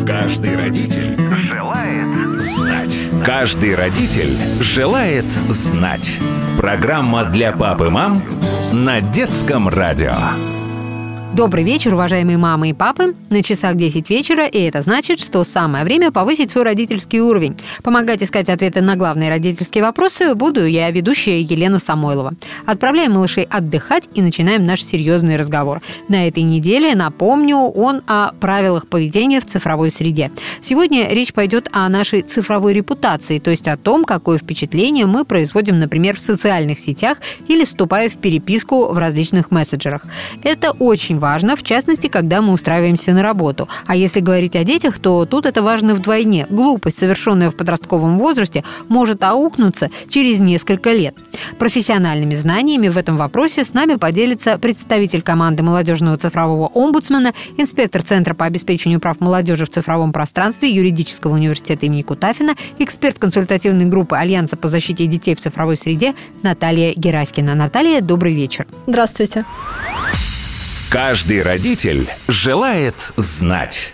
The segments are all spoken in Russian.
Каждый родитель желает знать. Каждый родитель желает знать. Программа для пап и мам на Детском радио. Добрый вечер, уважаемые мамы и папы. На часах 10 вечера, и это значит, что самое время повысить свой родительский уровень. Помогать искать ответы на главные родительские вопросы буду я, ведущая Елена Самойлова. Отправляем малышей отдыхать и начинаем наш серьезный разговор. На этой неделе, напомню, он о правилах поведения в цифровой среде. Сегодня речь пойдет о нашей цифровой репутации, то есть о том, какое впечатление мы производим, например, в социальных сетях или вступая в переписку в различных мессенджерах. Это очень важно, в частности, когда мы устраиваемся на работу. А если говорить о детях, то тут это важно вдвойне. Глупость, совершенная в подростковом возрасте, может аукнуться через несколько лет. Профессиональными знаниями в этом вопросе с нами поделится представитель команды молодежного цифрового омбудсмена, инспектор Центра по обеспечению прав молодежи в цифровом пространстве Юридического университета имени Кутафина, эксперт консультативной группы Альянса по защите детей в цифровой среде Наталья Гераськина. Наталья, добрый вечер. Здравствуйте. Каждый родитель желает знать.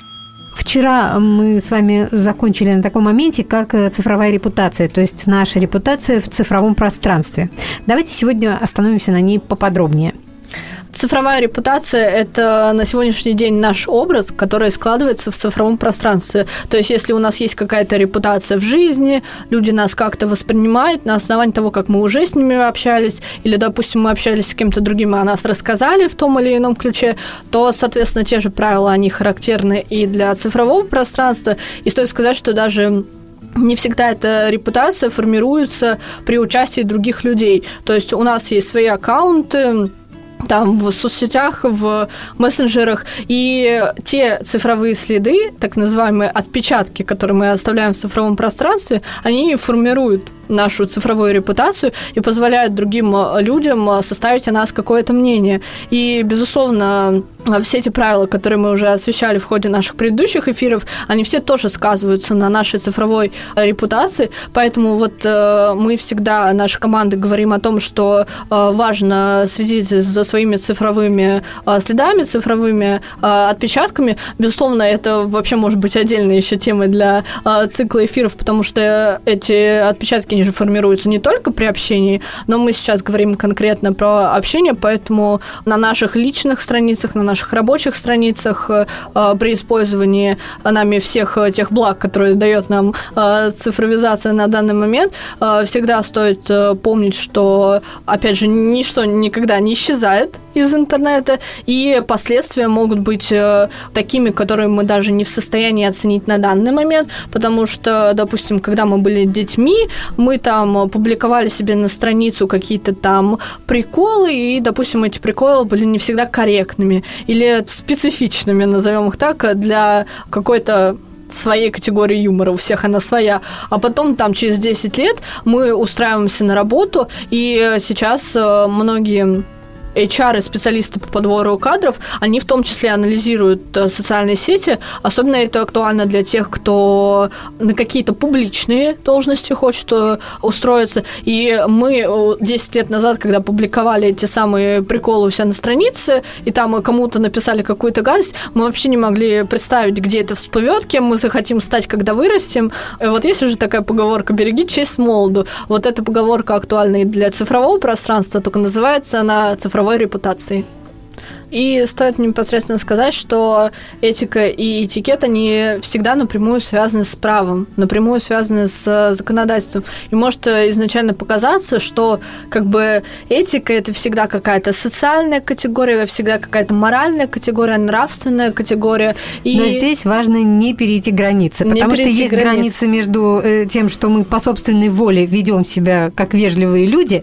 Вчера мы с вами закончили на таком моменте, как цифровая репутация, то есть наша репутация в цифровом пространстве. Давайте сегодня остановимся на ней поподробнее. Цифровая репутация – это на сегодняшний день наш образ, который складывается в цифровом пространстве. То есть, если у нас есть какая-то репутация в жизни, люди нас как-то воспринимают на основании того, как мы уже с ними общались, или, допустим, мы общались с кем-то другим, а о нас рассказали в том или ином ключе, то, соответственно, те же правила, они характерны и для цифрового пространства. И стоит сказать, что даже не всегда эта репутация формируется при участии других людей. То есть, у нас есть свои аккаунты, там в соцсетях, в мессенджерах, и те цифровые следы, так называемые отпечатки, которые мы оставляем в цифровом пространстве, они формируют нашу цифровую репутацию и позволяют другим людям составить о нас какое-то мнение. И, безусловно, все эти правила, которые мы уже освещали в ходе наших предыдущих эфиров, они все тоже сказываются на нашей цифровой репутации, поэтому вот мы всегда, наша команда, говорим о том, что важно следить за своими цифровыми следами, цифровыми отпечатками. Безусловно, это вообще может быть отдельной еще темой для цикла эфиров, потому что эти отпечатки, они же формируются не только при общении, но мы сейчас говорим конкретно про общение, поэтому на наших личных страницах, на наших рабочих страницах при использовании нами всех тех благ, которые дает нам цифровизация на данный момент, всегда стоит помнить, что, опять же, ничто никогда не исчезает из интернета, и последствия могут быть такими, которые мы даже не в состоянии оценить на данный момент, потому что, допустим, когда мы были детьми, мы там публиковали себе на страницу какие-то там приколы, и, допустим, эти приколы были не всегда корректными или специфичными, назовем их так, для какой-то своей категории юмора, у всех она своя, а потом там через 10 лет мы устраиваемся на работу, и сейчас многие HR и специалисты по подбору кадров, они в том числе анализируют социальные сети. Особенно это актуально для тех, кто на какие-то публичные должности хочет устроиться. И мы 10 лет назад, когда публиковали эти самые приколы у себя на странице, и там кому-то написали какую-то гадость, мы вообще не могли представить, где это всплывет, кем мы захотим стать, когда вырастем. И вот есть уже такая поговорка «береги честь с молоду». Вот эта поговорка актуальна и для цифрового пространства, только называется она цифровой репутации. И стоит непосредственно сказать, что этика и этикет, они всегда напрямую связаны с правом, напрямую связаны с законодательством. И может изначально показаться, что как бы этика – это всегда какая-то социальная категория, всегда какая-то моральная категория, нравственная категория. И но здесь важно не перейти границы, потому что есть границы между тем, что мы по собственной воле ведем себя как вежливые люди,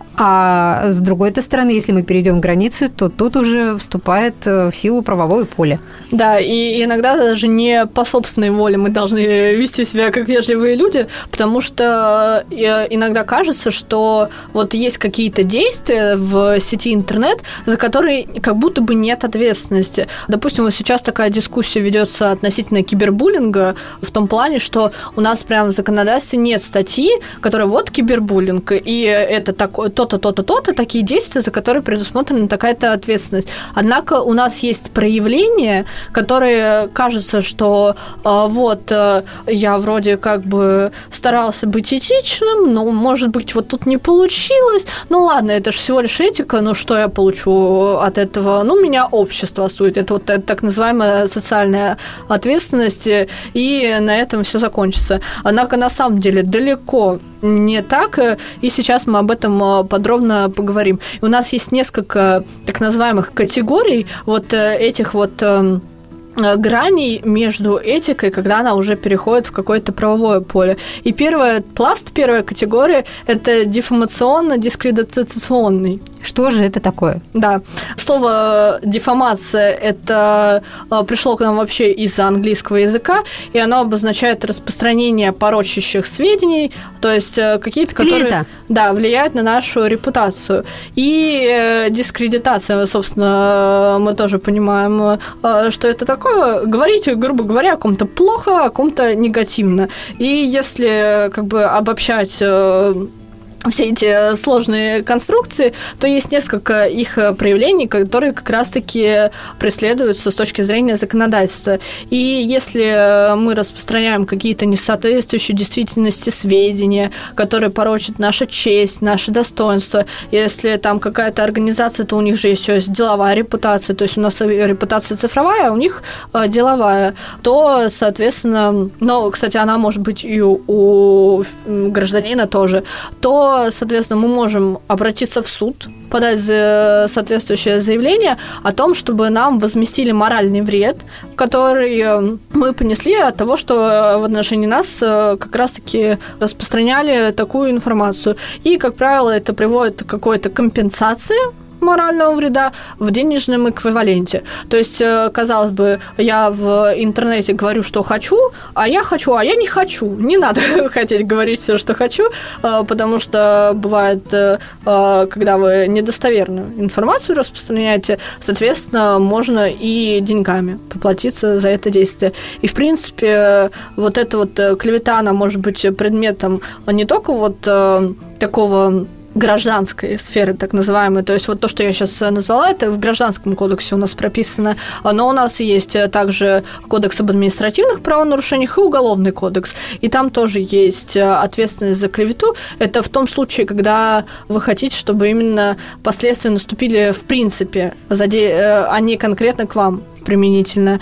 а с другой стороны, если мы перейдем границу, то тут уже вступает в силу правовое поле. Да, и иногда даже не по собственной воле мы должны вести себя как вежливые люди, потому что иногда кажется, что вот есть какие-то действия в сети интернет, за которые как будто бы нет ответственности. Допустим, вот сейчас такая дискуссия ведется относительно кибербуллинга в том плане, что у нас прямо в законодательстве нет статьи, которая вот кибербуллинг, и это такое то-то, то-то, то-то, такие действия, за которые предусмотрена такая-то ответственность. Однако у нас есть проявления, которые кажется, что я вроде как бы старался быть этичным, но, может быть, вот тут не получилось. Ну ладно, это же всего лишь этика, но что я получу от этого? Ну, меня общество осудит. Это вот так называемая социальная ответственность, и на этом все закончится. Однако на самом деле далеко не так, и сейчас мы об этом подробно поговорим. И у нас есть несколько так называемых категорий вот этих вот граней между этикой, когда она уже переходит в какое-то правовое поле. И первая категория – это дефамационно-дискредитационный. Что же это такое? Да. Слово «дефамация» это пришло к нам вообще из английского языка, и оно обозначает распространение порочащих сведений, то есть какие-то, которые влияют на нашу репутацию. И дискредитация, собственно, мы тоже понимаем, что это такое. Говорить, грубо говоря, о ком-то плохо, о ком-то негативно. И если как бы обобщать все эти сложные конструкции, то есть несколько их проявлений, которые как раз-таки преследуются с точки зрения законодательства. И если мы распространяем какие-то несоответствующие действительности сведения, которые порочат нашу честь, наше достоинство, если там какая-то организация, то у них же еще есть деловая репутация, то есть у нас репутация цифровая, а у них деловая, то, соответственно, кстати, она может быть и у гражданина тоже, то, соответственно, мы можем обратиться в суд, подать соответствующее заявление о том, чтобы нам возместили моральный вред, который мы понесли от того, что в отношении нас как раз-таки распространяли такую информацию. И, как правило, это приводит к какой-то компенсации морального вреда в денежном эквиваленте. То есть, казалось бы, я в интернете говорю, что хочу, а я не хочу. Не надо хотеть говорить все, что хочу, потому что бывает, когда вы недостоверную информацию распространяете, соответственно, можно и деньгами поплатиться за это действие. И, в принципе, вот эта вот клевета, она может быть предметом не только вот такого гражданской сферы, так называемой. То есть вот то, что я сейчас назвала, это в Гражданском кодексе у нас прописано, но у нас есть также кодекс об административных правонарушениях и уголовный кодекс. И там тоже есть ответственность за клевету. Это в том случае, когда вы хотите, чтобы именно последствия наступили в принципе, а не конкретно к вам применительно.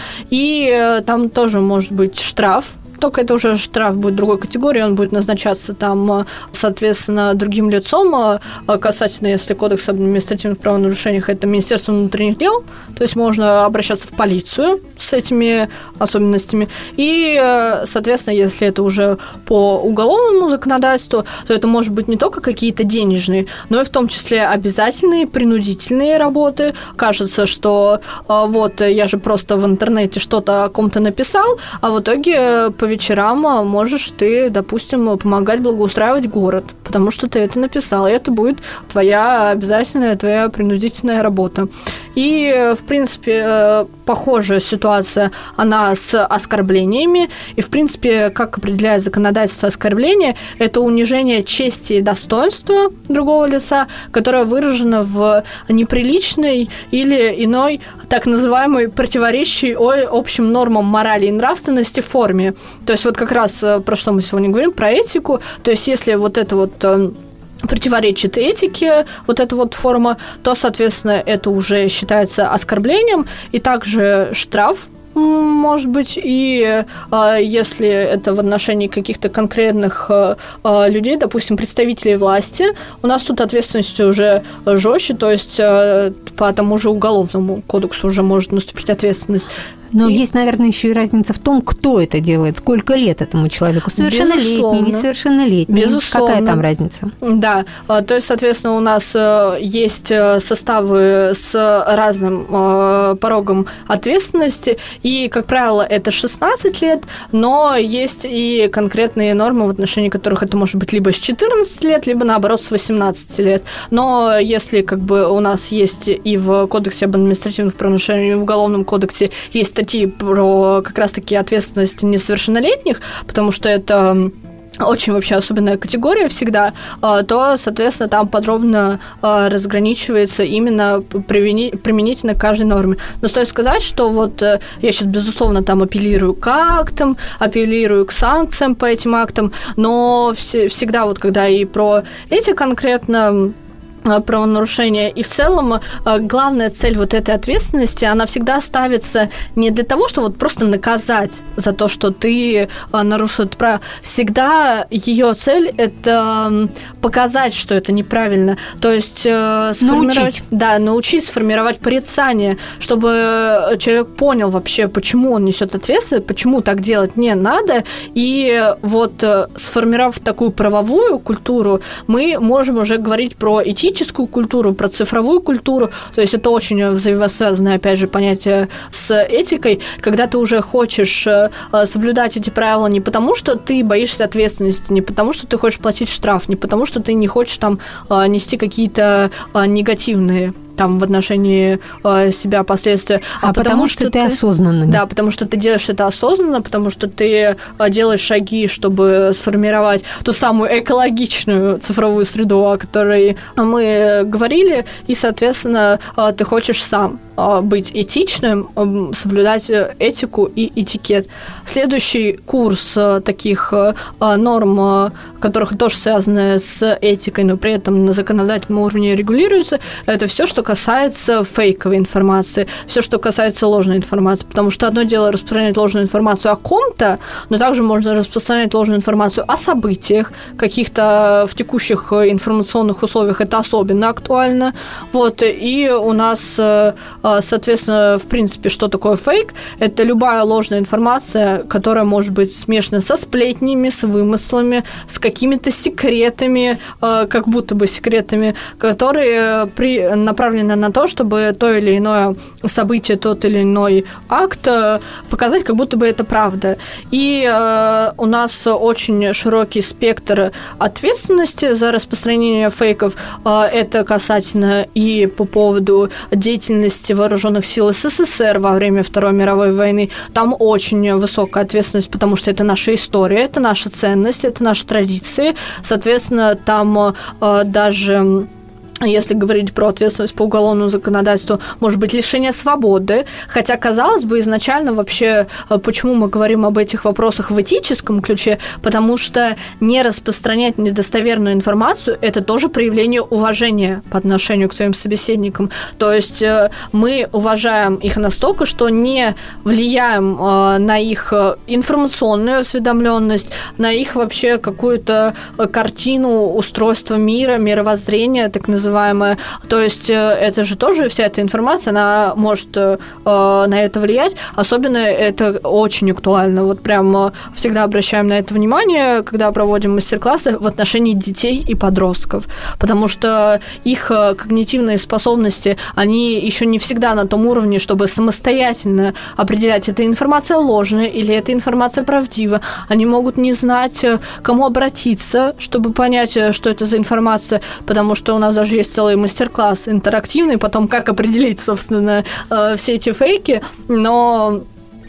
И там тоже может быть штраф, только это уже штраф будет другой категории, он будет назначаться там, соответственно, другим лицом, касательно, если кодекс об административных правонарушениях, это Министерство внутренних дел, то есть можно обращаться в полицию с этими особенностями, и, соответственно, если это уже по уголовному законодательству, то это может быть не только какие-то денежные, но и в том числе обязательные, принудительные работы. Кажется, что вот я же просто в интернете что-то о ком-то написал, а в итоге по вечерам можешь ты, допустим, помогать благоустраивать город, потому что ты это написал, и это будет твоя обязательная, твоя принудительная работа. И, в принципе, похожая ситуация, она с оскорблениями, и, в принципе, как определяет законодательство оскорбления, это унижение чести и достоинства другого лица, которое выражено в неприличной или иной так называемой противоречащей общим нормам морали и нравственности форме. То есть вот как раз про что мы сегодня говорим, про этику. То есть если вот это вот противоречит этике, вот эта вот форма, то, соответственно, это уже считается оскорблением, и также штраф может быть, и если это в отношении каких-то конкретных людей, допустим, представителей власти, у нас тут ответственность уже жестче, то есть по тому же уголовному кодексу уже может наступить ответственность. Но есть, наверное, еще и разница в том, кто это делает, сколько лет этому человеку. Совершеннолетний, несовершеннолетний. Безусловно. Какая там разница? Да, то есть, соответственно, у нас есть составы с разным порогом ответственности, и, как правило, это 16 лет, но есть и конкретные нормы, в отношении которых это может быть либо с 14 лет, либо, наоборот, с 18 лет. Но если как бы у нас есть и в Кодексе об административных правонарушениях, и в Уголовном кодексе есть статьи про как раз-таки ответственность несовершеннолетних, потому что это очень вообще особенная категория всегда, то, соответственно, там подробно разграничивается именно применительно к каждой норме. Но стоит сказать, что вот я сейчас, безусловно, там апеллирую к актам, апеллирую к санкциям по этим актам, но всегда вот когда и про эти конкретно правонарушения. И в целом главная цель вот этой ответственности, она всегда ставится не для того, чтобы вот просто наказать за то, что ты нарушил это право. Всегда ее цель – это показать, что это неправильно. То есть научить сформировать порицание, чтобы человек понял вообще, почему он несет ответственность, почему так делать не надо. И вот сформировав такую правовую культуру, мы можем уже говорить про этическую культуру, про цифровую культуру. То есть это очень взаимосвязанное, опять же, понятие с этикой, когда ты уже хочешь соблюдать эти правила не потому, что ты боишься ответственности, не потому, что ты хочешь платить штраф, не потому, что ты не хочешь там нести какие-то негативные там в отношении себя последствия, а потому что ты осознанный. Да, потому что ты делаешь это осознанно, потому что ты делаешь шаги, чтобы сформировать ту самую экологичную цифровую среду, о которой мы говорили, и, соответственно, ты хочешь сам быть этичным, соблюдать этику и этикет. Следующий курс таких норм, которых тоже связаны с этикой, но при этом на законодательном уровне регулируются, это все, что касается фейковой информации, все, что касается ложной информации, потому что одно дело распространять ложную информацию о ком-то, но также можно распространять ложную информацию о событиях, каких-то в текущих информационных условиях это особенно актуально. Вот, и у нас, соответственно, в принципе, что такое фейк? Это любая ложная информация, которая может быть смешана со сплетнями, с вымыслами, с какими-то секретами, как будто бы секретами, которые направлены на то, чтобы то или иное событие, тот или иной акт показать, как будто бы это правда. И у нас очень широкий спектр ответственности за распространение фейков. Это касательно и по поводу деятельности вооруженных сил СССР во время Второй мировой войны. Там очень высокая ответственность, потому что это наша история, это наша ценность, это наши традиции. Соответственно, там даже... Если говорить про ответственность по уголовному законодательству, может быть лишение свободы, хотя, казалось бы, изначально вообще, почему мы говорим об этих вопросах в этическом ключе, потому что не распространять недостоверную информацию – это тоже проявление уважения по отношению к своим собеседникам. То есть мы уважаем их настолько, что не влияем на их информационную осведомленность, на их вообще какую-то картину устройства мира, мировоззрения, так называемое. То есть это же тоже вся эта информация, она может на это влиять. Особенно это очень актуально. Вот прям всегда обращаем на это внимание, когда проводим мастер-классы в отношении детей и подростков. Потому что их когнитивные способности, они еще не всегда на том уровне, чтобы самостоятельно определять, эта информация ложная или эта информация правдива. Они могут не знать, к кому обратиться, чтобы понять, что это за информация, потому что у нас даже есть целый мастер-класс интерактивный, потом как определить, собственно, все эти фейки, но,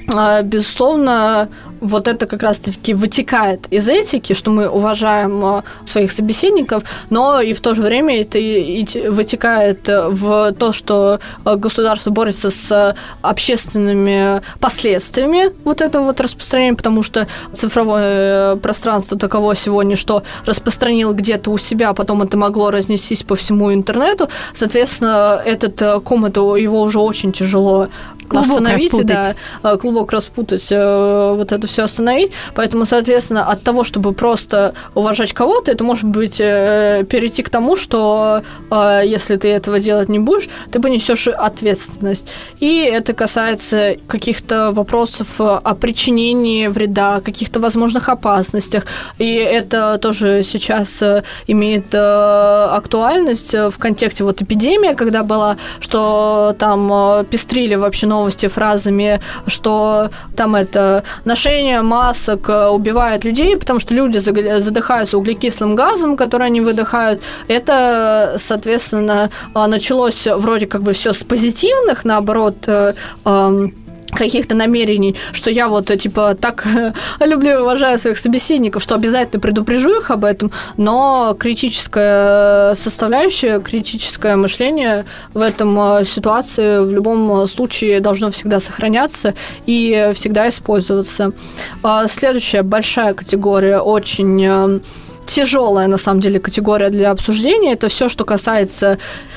безусловно, вот это как раз-таки вытекает из этики, что мы уважаем своих собеседников, но и в то же время это вытекает в то, что государство борется с общественными последствиями вот этого вот распространения, потому что цифровое пространство таково сегодня, что распространил где-то у себя, а потом это могло разнестись по всему интернету. Соответственно, этот комод, его уже очень тяжело остановить, клубок распутать, вот это все остановить. Поэтому, соответственно, от того, чтобы просто уважать кого-то, это может быть перейти к тому, что если ты этого делать не будешь, ты понесешь ответственность. И это касается каких-то вопросов о причинении вреда, каких-то возможных опасностях. И это тоже сейчас имеет актуальность в контексте вот эпидемии, когда была, что там пестрили вообще новости фразами, что там это ношение масок убивает людей, потому что люди задыхаются углекислым газом, который они выдыхают. Это, соответственно, началось вроде как бы все с позитивных, наоборот, каких-то намерений, что я вот, типа, так люблю и уважаю своих собеседников, что обязательно предупрежу их об этом, но критическая составляющая, критическое мышление в этом ситуации в любом случае должно всегда сохраняться и всегда использоваться. Следующая большая категория, очень тяжелая, на самом деле, категория для обсуждения, это все, что касается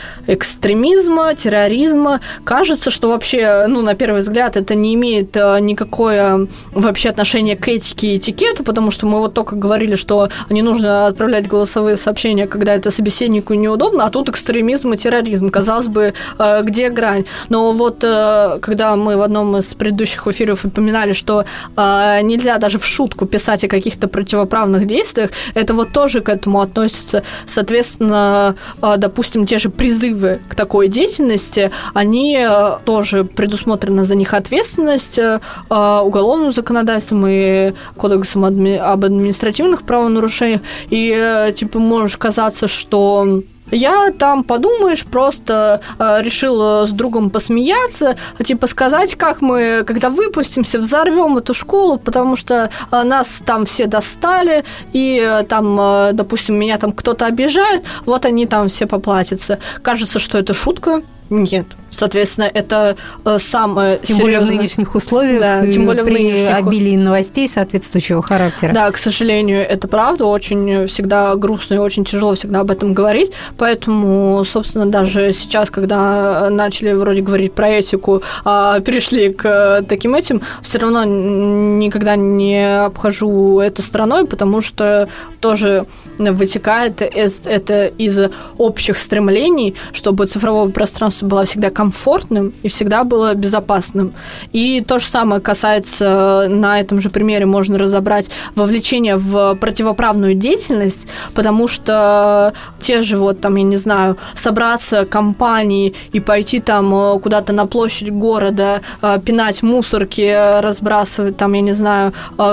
экстремизма, терроризма. Кажется, что вообще, на первый взгляд, это не имеет никакое вообще отношения к этике и этикету, потому что мы вот только говорили, что не нужно отправлять голосовые сообщения, когда это собеседнику неудобно, а тут экстремизм и терроризм. Казалось бы, где грань? Но вот когда мы в одном из предыдущих эфиров упоминали, что нельзя даже в шутку писать о каких-то противоправных действиях, это вот тоже к этому относится. Соответственно, допустим, те же призывы к такой деятельности, они тоже предусмотрена за них ответственность уголовным законодательством и кодексом об административных правонарушениях. И типа может казаться, что я там, подумаешь, просто решил с другом посмеяться, типа сказать, как мы, когда выпустимся, взорвем эту школу, потому что нас там все достали, и там, допустим, меня там кто-то обижает, вот они там все поплатятся. Кажется, что это шутка. Нет. Соответственно, это самое тем более в нынешних условиях, да, тем более при обилии новостей соответствующего характера. Да, к сожалению, это правда. Очень всегда грустно и очень тяжело всегда об этом говорить. Поэтому, собственно, даже сейчас, когда начали вроде говорить про этику, перешли к таким этим, все равно никогда не обхожу это стороной, потому что тоже вытекает это из общих стремлений, чтобы цифровое пространство было всегда комфортным и всегда было безопасным. И то же самое касается, на этом же примере можно разобрать вовлечение в противоправную деятельность, потому что те же вот там, я не знаю, собраться компанией и пойти там куда-то на площадь города, пинать мусорки, разбрасывать там, я не знаю,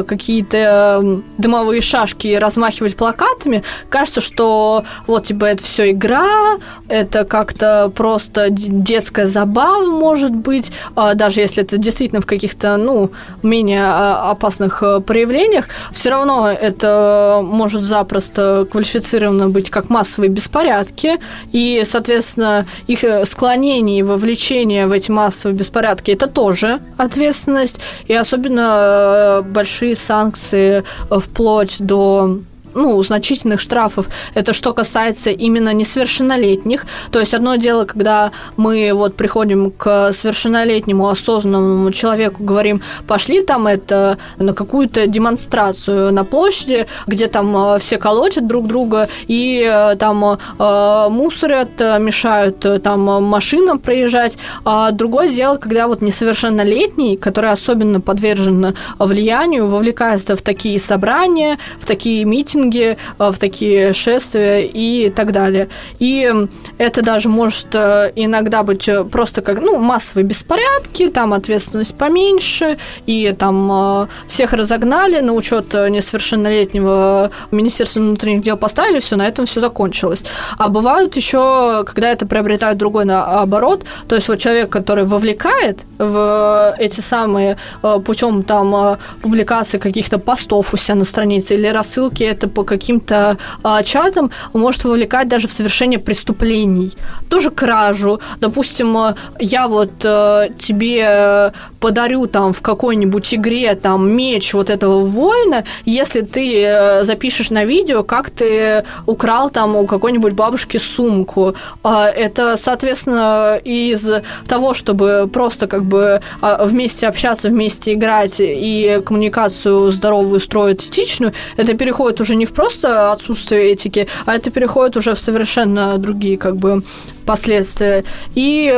какие-то дымовые шашки, размахивать плакатами, кажется, что вот типа это все игра, это как-то просто детская забава, может быть, даже если это действительно в каких-то, менее опасных проявлениях, все равно это может запросто квалифицировано быть как массовые беспорядки, и, соответственно, их склонение и вовлечение в эти массовые беспорядки – это тоже ответственность, и особенно большие санкции вплоть до значительных штрафов. Это что касается именно несовершеннолетних. То есть одно дело, когда мы вот приходим к совершеннолетнему осознанному человеку, говорим, пошли там это на какую-то демонстрацию на площади, где там все колотят друг друга и там мусорят, мешают там машинам проезжать. А другое дело, когда вот несовершеннолетний, который особенно подвержен влиянию, вовлекается в такие собрания, в такие митинги, в такие шествия и так далее. И это даже может иногда быть просто как, массовые беспорядки, там ответственность поменьше, и там всех разогнали, на учет несовершеннолетнего Министерства внутренних дел поставили, все, на этом все закончилось. А бывают еще, когда это приобретает другой наоборот, то есть вот человек, который вовлекает в эти самые путем там публикации каких-то постов у себя на странице или рассылки это по каким-то чатам, может вовлекать даже в совершение преступлений. Тоже кражу. Допустим, я вот тебе подарю там в какой-нибудь игре там меч вот этого воина, если ты запишешь на видео, как ты украл там у какой-нибудь бабушки сумку. Это, соответственно, из того, чтобы просто как бы вместе общаться, вместе играть и коммуникацию здоровую строить, этичную, это переходит уже не в просто отсутствие этики, а это переходит уже в совершенно другие как бы последствия. И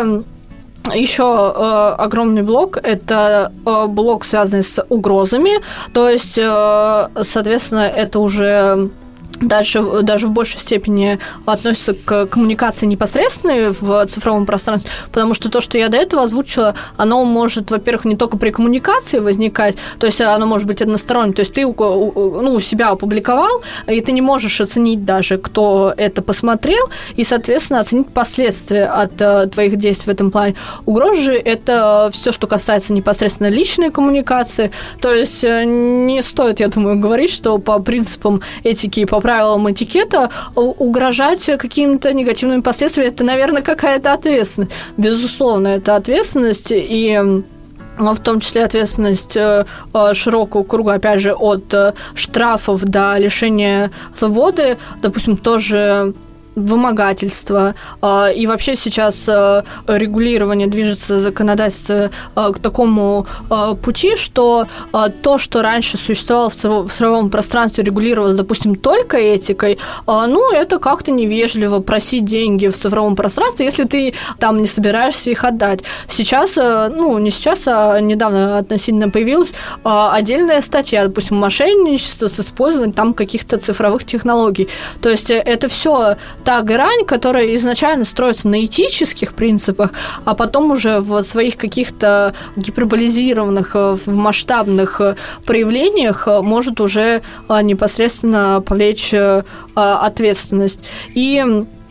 еще огромный блок – это блок, связанный с угрозами, то есть, соответственно, это уже даже в большей степени относится к коммуникации непосредственной в цифровом пространстве, потому что то, что я до этого озвучила, оно может, во-первых, не только при коммуникации возникать, то есть оно может быть одностороннее, то есть ты у себя опубликовал, и ты не можешь оценить даже, кто это посмотрел, и, соответственно, оценить последствия от твоих действий в этом плане. Угроза же – это все, что касается непосредственно личной коммуникации, то есть не стоит, я думаю, говорить, что по принципам этики и по правилам этикета угрожать какими-то негативными последствиями, это, наверное, какая-то ответственность. Безусловно, это ответственность, и в том числе ответственность широкого круга, опять же, от штрафов до лишения свободы, допустим, тоже вымогательство. И вообще сейчас регулирование движется, законодательство к такому пути, что то, что раньше существовало в цифровом пространстве, регулировалось, допустим, только этикой, это как-то невежливо просить деньги в цифровом пространстве, если ты там не собираешься их отдать. Сейчас, не сейчас, а недавно относительно появилась отдельная статья, допустим, мошенничество с использованием там каких-то цифровых технологий. То есть это все та грань, которая изначально строится на этических принципах, а потом уже в своих каких-то гиперболизированных, масштабных проявлениях может уже непосредственно повлечь ответственность. И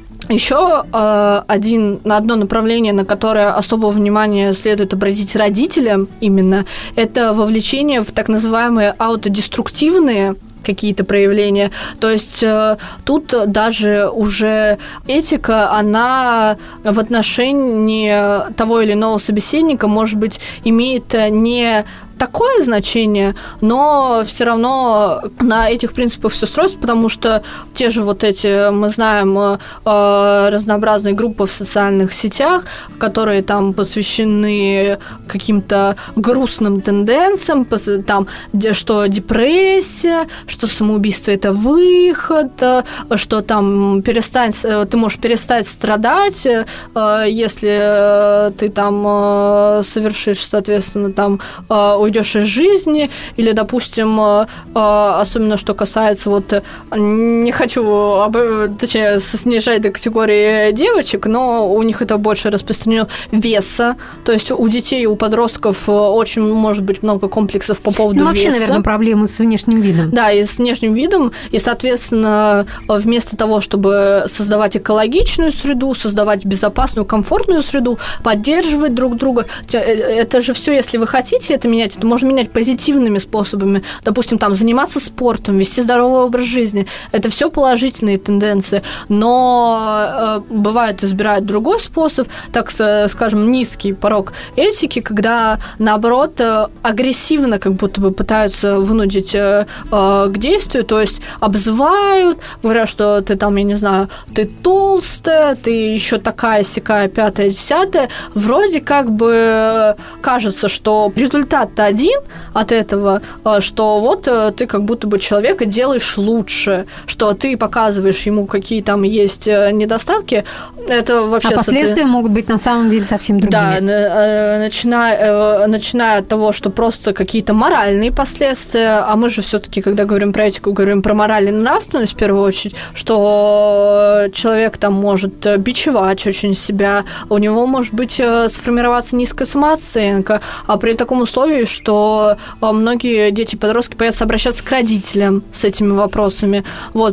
еще одно направление, на которое особого внимания следует обратить родителям именно, это вовлечение в так называемые аутодеструктивные какие-то проявления. То есть тут даже уже этика, она в отношении того или иного собеседника, может быть, имеет не такое значение, но все равно на этих принципах все строится, потому что те же вот эти, мы знаем, разнообразные группы в социальных сетях, которые там посвящены каким-то грустным тенденциям, там, что депрессия, что самоубийство – это выход, что там ты можешь перестать страдать, если ты там совершишь, соответственно, там уйдешь из жизни, или, допустим, особенно что касается, не хочу, точнее, снижать до категории девочек, но у них это больше распространено, веса, то есть у детей, у подростков очень может быть много комплексов по поводу веса. Вообще, наверное, проблемы с внешним видом. Да, и с внешним видом, и, соответственно, вместо того, чтобы создавать экологичную среду, создавать безопасную, комфортную среду, поддерживать друг друга, это же все, если вы хотите это менять, это можно менять позитивными способами. Допустим, там, заниматься спортом, вести здоровый образ жизни. Это все положительные тенденции. Но бывает, избирают другой способ, так скажем, низкий порог этики, когда, наоборот, агрессивно как будто бы пытаются вынудить к действию, то есть обзывают, говорят, что ты там, я не знаю, ты толстая, ты еще такая-сякая, пятая, десятая. Вроде как бы кажется, что результат-то один от этого, что ты как будто бы человека делаешь лучше, что ты показываешь ему, какие там есть недостатки. Это вообще... А последствия могут быть на самом деле совсем другими. Да, начиная от того, что просто какие-то моральные последствия, а мы же все-таки, когда говорим про этику, говорим про мораль и нравственность в первую очередь, что человек там может бичевать очень себя, у него может быть сформироваться низкая самооценка, а при таком условии, что многие дети и подростки боятся обращаться к родителям с этими вопросами.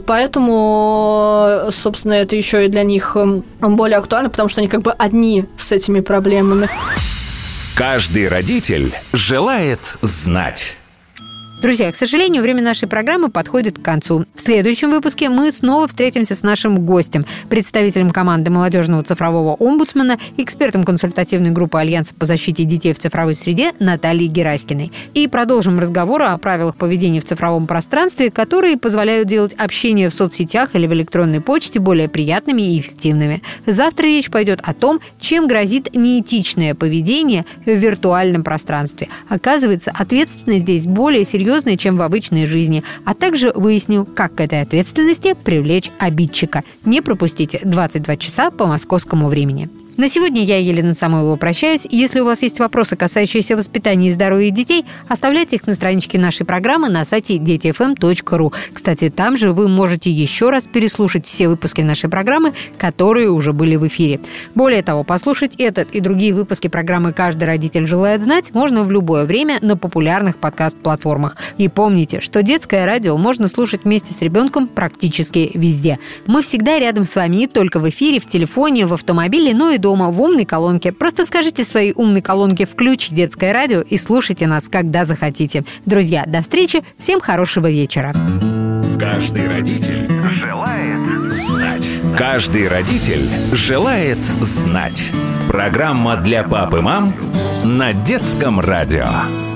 Поэтому, собственно, это еще и для них более актуально, потому что они как бы одни с этими проблемами. Каждый родитель желает знать. Друзья, к сожалению, время нашей программы подходит к концу. В следующем выпуске мы снова встретимся с нашим гостем, представителем команды молодежного цифрового омбудсмена, экспертом консультативной группы Альянса по защите детей в цифровой среде Натальей Гераськиной. И продолжим разговор о правилах поведения в цифровом пространстве, которые позволяют делать общение в соцсетях или в электронной почте более приятными и эффективными. Завтра речь пойдет о том, чем грозит неэтичное поведение в виртуальном пространстве. Оказывается, ответственность здесь более серьезная, чем в обычной жизни, а также выяснил, как к этой ответственности привлечь обидчика. Не пропустите 22 часа по московскому времени. На сегодня я, Елена Самойлова, прощаюсь. Если у вас есть вопросы, касающиеся воспитания и здоровья детей, оставляйте их на страничке нашей программы на сайте детифм.ру. Кстати, там же вы можете еще раз переслушать все выпуски нашей программы, которые уже были в эфире. Более того, послушать этот и другие выпуски программы «Каждый родитель желает знать» можно в любое время на популярных подкаст-платформах. И помните, что детское радио можно слушать вместе с ребенком практически везде. Мы всегда рядом с вами, не только в эфире, в телефоне, в автомобиле, но и дома, в умной колонке. Просто скажите своей умной колонке «Включи детское радио» и слушайте нас, когда захотите. Друзья, до встречи, всем хорошего вечера. Каждый родитель желает знать. Каждый родитель желает знать. Программа для пап и мам на детском радио.